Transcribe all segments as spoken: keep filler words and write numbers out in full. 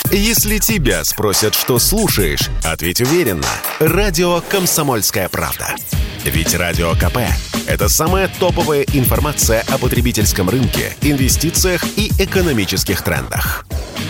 Если тебя спросят, что слушаешь, ответь уверенно. Радио «Комсомольская правда». Ведь Радио КП – это самая топовая информация о потребительском рынке, инвестициях и экономических трендах.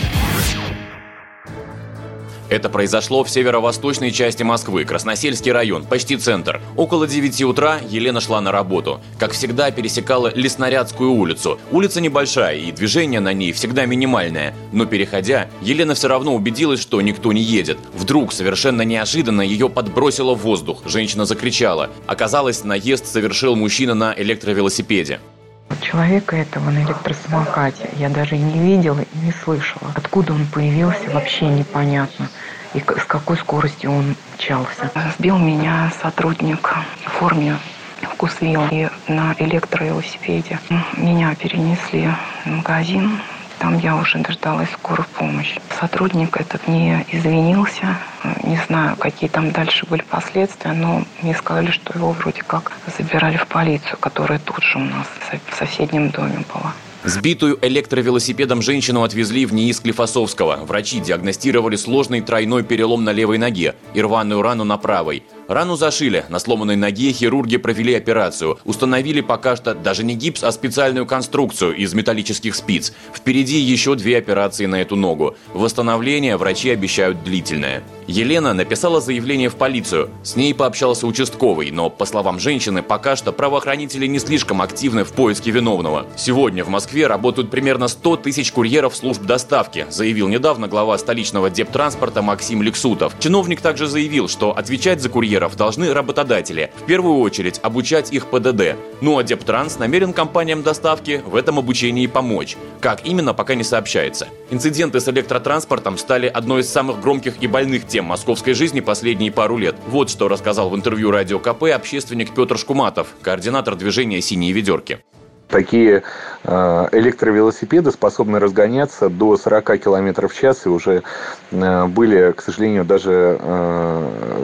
Это произошло в северо-восточной части Москвы, Красносельский район, почти центр. Около девяти утра Елена шла на работу. Как всегда, пересекала Леснорядскую улицу. Улица небольшая, и движение на ней всегда минимальное. Но переходя, Елена все равно убедилась, что никто не едет. Вдруг, совершенно неожиданно, ее подбросило в воздух. Женщина закричала. Оказалось, наезд совершил мужчина на электровелосипеде. Человека этого на электросамокате я даже не видела и не слышала. Откуда он появился, вообще непонятно. И с какой скоростью он мчался. Сбил меня сотрудник в форме вкусвилл и на электровелосипеде. Меня перенесли в магазин. Там я уже дождалась скорую помощь. Сотрудник этот не извинился. Не знаю, какие там дальше были последствия, но мне сказали, что его вроде как забирали в полицию, которая тут же у нас в соседнем доме была. Сбитую электровелосипедом женщину отвезли в НИИ Склифосовского. Врачи диагностировали сложный тройной перелом на левой ноге и рваную рану на правой. Рану зашили, на сломанной ноге хирурги провели операцию. Установили пока что даже не гипс, а специальную конструкцию из металлических спиц. Впереди еще две операции на эту ногу. Восстановление врачи обещают длительное. Елена написала заявление в полицию. С ней пообщался участковый, но, по словам женщины, пока что правоохранители не слишком активны в поиске виновного. Сегодня в Москве работают примерно сто тысяч курьеров служб доставки, заявил недавно глава столичного дептранспорта Максим Лексутов. Чиновник также заявил, что отвечать за курьеров должны работодатели, в первую очередь обучать их ПДД. Ну а Дептранс намерен компаниям доставки в этом обучении помочь. Как именно, пока не сообщается. Инциденты с электротранспортом стали одной из самых громких и больных тем московской жизни последние пару лет. Вот что рассказал в интервью Радио КП общественник Петр Шкуматов, координатор движения «Синие ведерки». Такие э, электровелосипеды способны разгоняться до сорок километров в час, и уже э, были, к сожалению, даже э,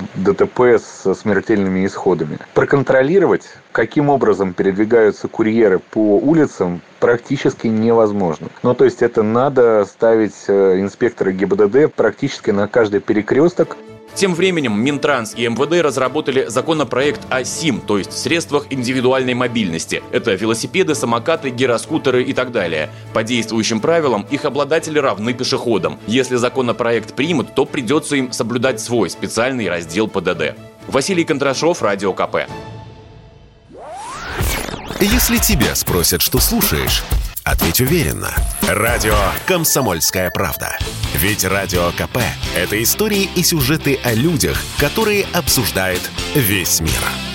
ДТП с смертельными исходами. Проконтролировать, каким образом передвигаются курьеры по улицам, практически невозможно. Ну, то есть это надо ставить э, инспектора ГИБДД практически на каждый перекресток. Тем временем Минтранс и МВД разработали законопроект о СИМ, то есть средствах индивидуальной мобильности. Это велосипеды, самокаты, гироскутеры и так далее. По действующим правилам их обладатели равны пешеходам. Если законопроект примут, то придется им соблюдать свой специальный раздел ПДД. Василий Кондрашов, Радио КП. Если тебя спросят, что слушаешь, ответь уверенно. Радио «Комсомольская правда». Ведь Радио КП – это истории и сюжеты о людях, которые обсуждает весь мир.